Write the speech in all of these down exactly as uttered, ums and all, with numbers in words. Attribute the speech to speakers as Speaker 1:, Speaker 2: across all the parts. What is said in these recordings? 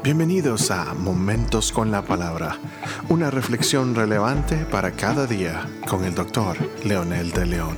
Speaker 1: Bienvenidos a Momentos con la Palabra, una reflexión relevante para cada día con el doctor Leonel de León.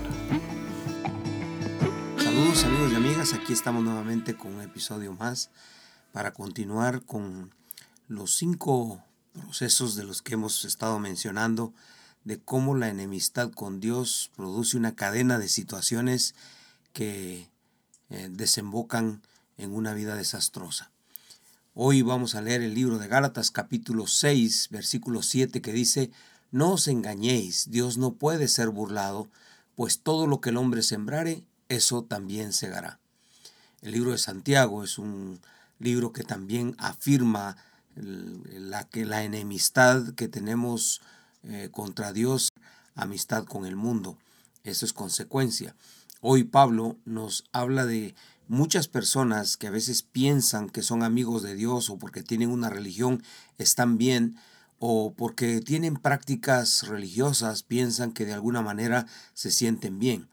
Speaker 2: Saludos amigos y amigas, aquí estamos nuevamente con un episodio más para continuar con los cinco procesos de los que hemos estado mencionando, de cómo la enemistad con Dios produce una cadena de situaciones que eh, desembocan en una vida desastrosa. Hoy vamos a leer el libro de Gálatas capítulo seis, versículo siete, que dice: No os engañéis, Dios no puede ser burlado, pues todo lo que el hombre sembrare, eso también segará. El libro de Santiago es un libro que también afirma la, que la enemistad que tenemos eh, contra Dios, amistad con el mundo. Eso es consecuencia. Hoy Pablo nos habla de muchas personas que a veces piensan que son amigos de Dios o porque tienen una religión están bien, o porque tienen prácticas religiosas piensan que de alguna manera se sienten bien.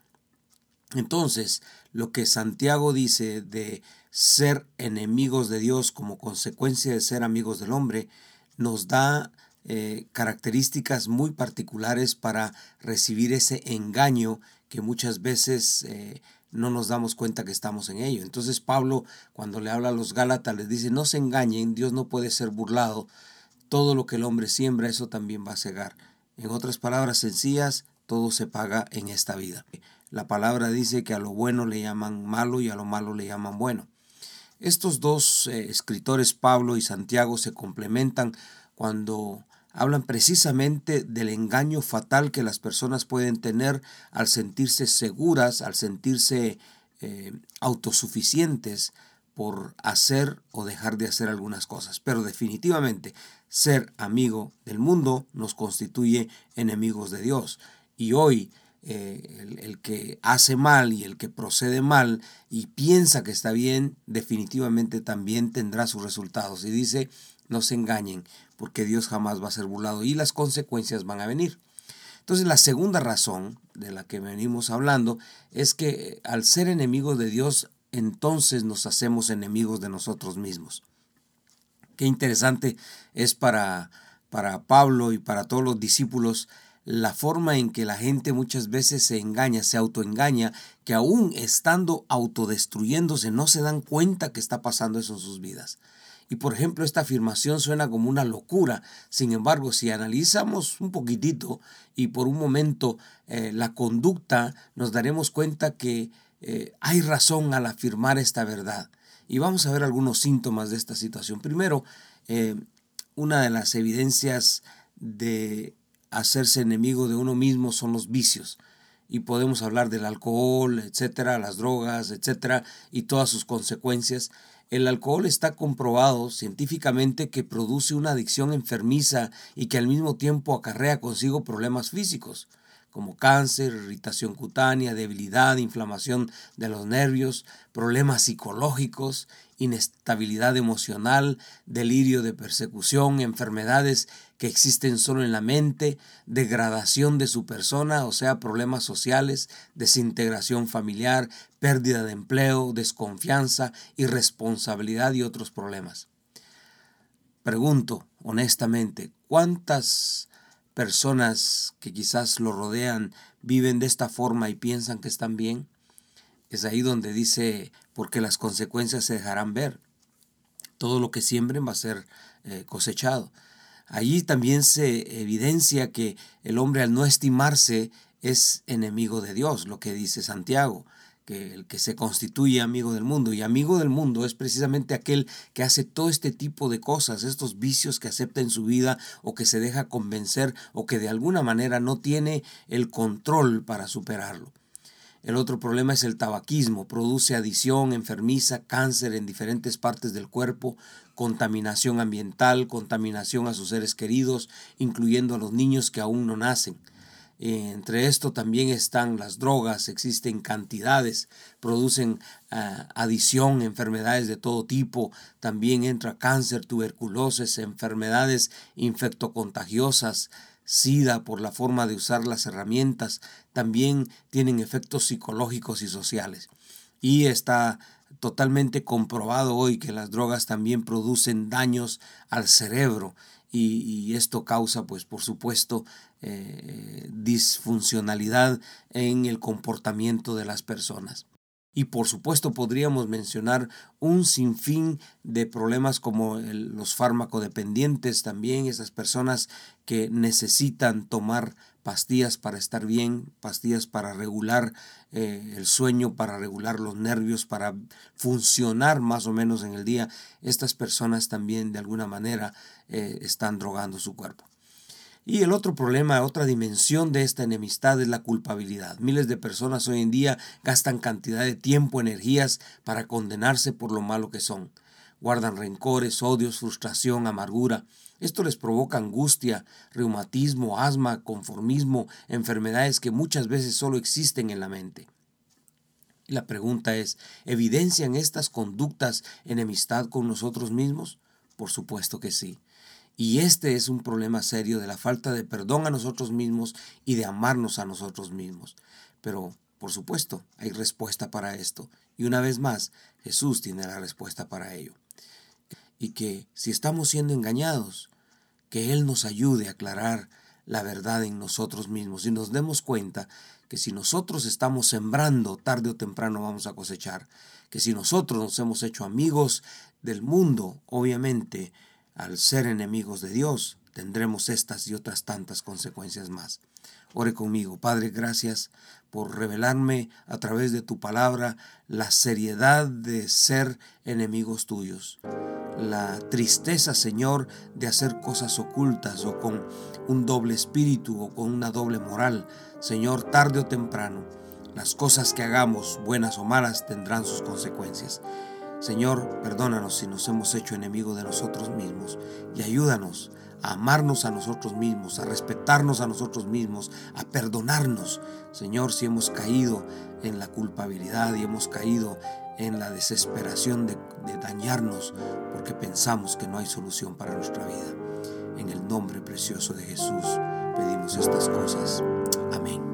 Speaker 2: Entonces, lo que Santiago dice de ser enemigos de Dios como consecuencia de ser amigos del hombre, nos da eh, características muy particulares para recibir ese engaño que muchas veces eh, no nos damos cuenta que estamos en ello. Entonces Pablo, cuando le habla a los Gálatas, les dice: no se engañen, Dios no puede ser burlado, todo lo que el hombre siembra, eso también va a segar. En otras palabras sencillas, todo se paga en esta vida. La palabra dice que a lo bueno le llaman malo y a lo malo le llaman bueno. Estos dos eh, escritores, Pablo y Santiago, se complementan cuando hablan precisamente del engaño fatal que las personas pueden tener al sentirse seguras, al sentirse eh, autosuficientes por hacer o dejar de hacer algunas cosas. Pero definitivamente ser amigo del mundo nos constituye enemigos de Dios. Y hoy eh, el, el que hace mal y el que procede mal y piensa que está bien, definitivamente también tendrá sus resultados. Y dice: no se engañen, porque Dios jamás va a ser burlado y las consecuencias van a venir. Entonces, la segunda razón de la que venimos hablando es que al ser enemigos de Dios, entonces nos hacemos enemigos de nosotros mismos. Qué interesante es para, para Pablo y para todos los discípulos la forma en que la gente muchas veces se engaña, se autoengaña, que aún estando autodestruyéndose no se dan cuenta que está pasando eso en sus vidas. Y por ejemplo, esta afirmación suena como una locura. Sin embargo, si analizamos un poquitito y por un momento eh, la conducta, nos daremos cuenta que eh, hay razón al afirmar esta verdad. Y vamos a ver algunos síntomas de esta situación. Primero, eh, una de las evidencias de hacerse enemigo de uno mismo son los vicios. Y podemos hablar del alcohol, etcétera, las drogas, etcétera, y todas sus consecuencias. El alcohol está comprobado científicamente que produce una adicción enfermiza y que al mismo tiempo acarrea consigo problemas físicos, como cáncer, irritación cutánea, debilidad, inflamación de los nervios, problemas psicológicos, inestabilidad emocional, delirio de persecución, enfermedades que existen solo en la mente, degradación de su persona, o sea, problemas sociales, desintegración familiar, pérdida de empleo, desconfianza, irresponsabilidad y otros problemas. Pregunto honestamente, ¿cuántas personas que quizás lo rodean viven de esta forma y piensan que están bien? Es ahí donde dice: porque las consecuencias se dejarán ver. Todo lo que siembren va a ser eh, cosechado. Allí también se evidencia que el hombre, al no estimarse, es enemigo de Dios, lo que dice Santiago, que el que se constituye amigo del mundo. Y amigo del mundo es precisamente aquel que hace todo este tipo de cosas, estos vicios que acepta en su vida o que se deja convencer o que de alguna manera no tiene el control para superarlo. El otro problema es el tabaquismo. Produce adicción enfermiza, cáncer en diferentes partes del cuerpo, contaminación ambiental, contaminación a sus seres queridos, incluyendo a los niños que aún no nacen. Eh, entre esto también están las drogas, existen cantidades, producen uh, adicción, enfermedades de todo tipo. También entra cáncer, tuberculosis, enfermedades infectocontagiosas, SIDA por la forma de usar las herramientas. También tienen efectos psicológicos y sociales. Y está totalmente comprobado hoy que las drogas también producen daños al cerebro y, y esto causa, pues por supuesto, eh, disfuncionalidad en el comportamiento de las personas. Y por supuesto podríamos mencionar un sinfín de problemas como el, los farmacodependientes también, esas personas que necesitan tomar pastillas para estar bien, pastillas para regular eh, el sueño, para regular los nervios, para funcionar más o menos en el día. Estas personas también de alguna manera eh, están drogando su cuerpo. Y el otro problema, otra dimensión de esta enemistad es la culpabilidad. Miles de personas hoy en día gastan cantidad de tiempo, energías para condenarse por lo malo que son. Guardan rencores, odios, frustración, amargura. Esto les provoca angustia, reumatismo, asma, conformismo, enfermedades que muchas veces solo existen en la mente. Y la pregunta es, ¿evidencian estas conductas enemistad con nosotros mismos? Por supuesto que sí. Y este es un problema serio de la falta de perdón a nosotros mismos y de amarnos a nosotros mismos. Pero, por supuesto, hay respuesta para esto. Y una vez más, Jesús tiene la respuesta para ello. Y que si estamos siendo engañados, que Él nos ayude a aclarar la verdad en nosotros mismos y nos demos cuenta que si nosotros estamos sembrando, tarde o temprano vamos a cosechar. Que si nosotros nos hemos hecho amigos del mundo, obviamente, al ser enemigos de Dios, tendremos estas y otras tantas consecuencias más. Ore conmigo. Padre, gracias por revelarme a través de tu palabra la seriedad de ser enemigos tuyos. La tristeza, Señor, de hacer cosas ocultas o con un doble espíritu o con una doble moral. Señor, tarde o temprano, las cosas que hagamos, buenas o malas, tendrán sus consecuencias. Señor, perdónanos si nos hemos hecho enemigos de nosotros mismos y ayúdanos a amarnos a nosotros mismos, a respetarnos a nosotros mismos, a perdonarnos. Señor, si hemos caído en la culpabilidad y hemos caído en la desesperación de, de dañarnos porque pensamos que no hay solución para nuestra vida. En el nombre precioso de Jesús pedimos estas cosas. Amén.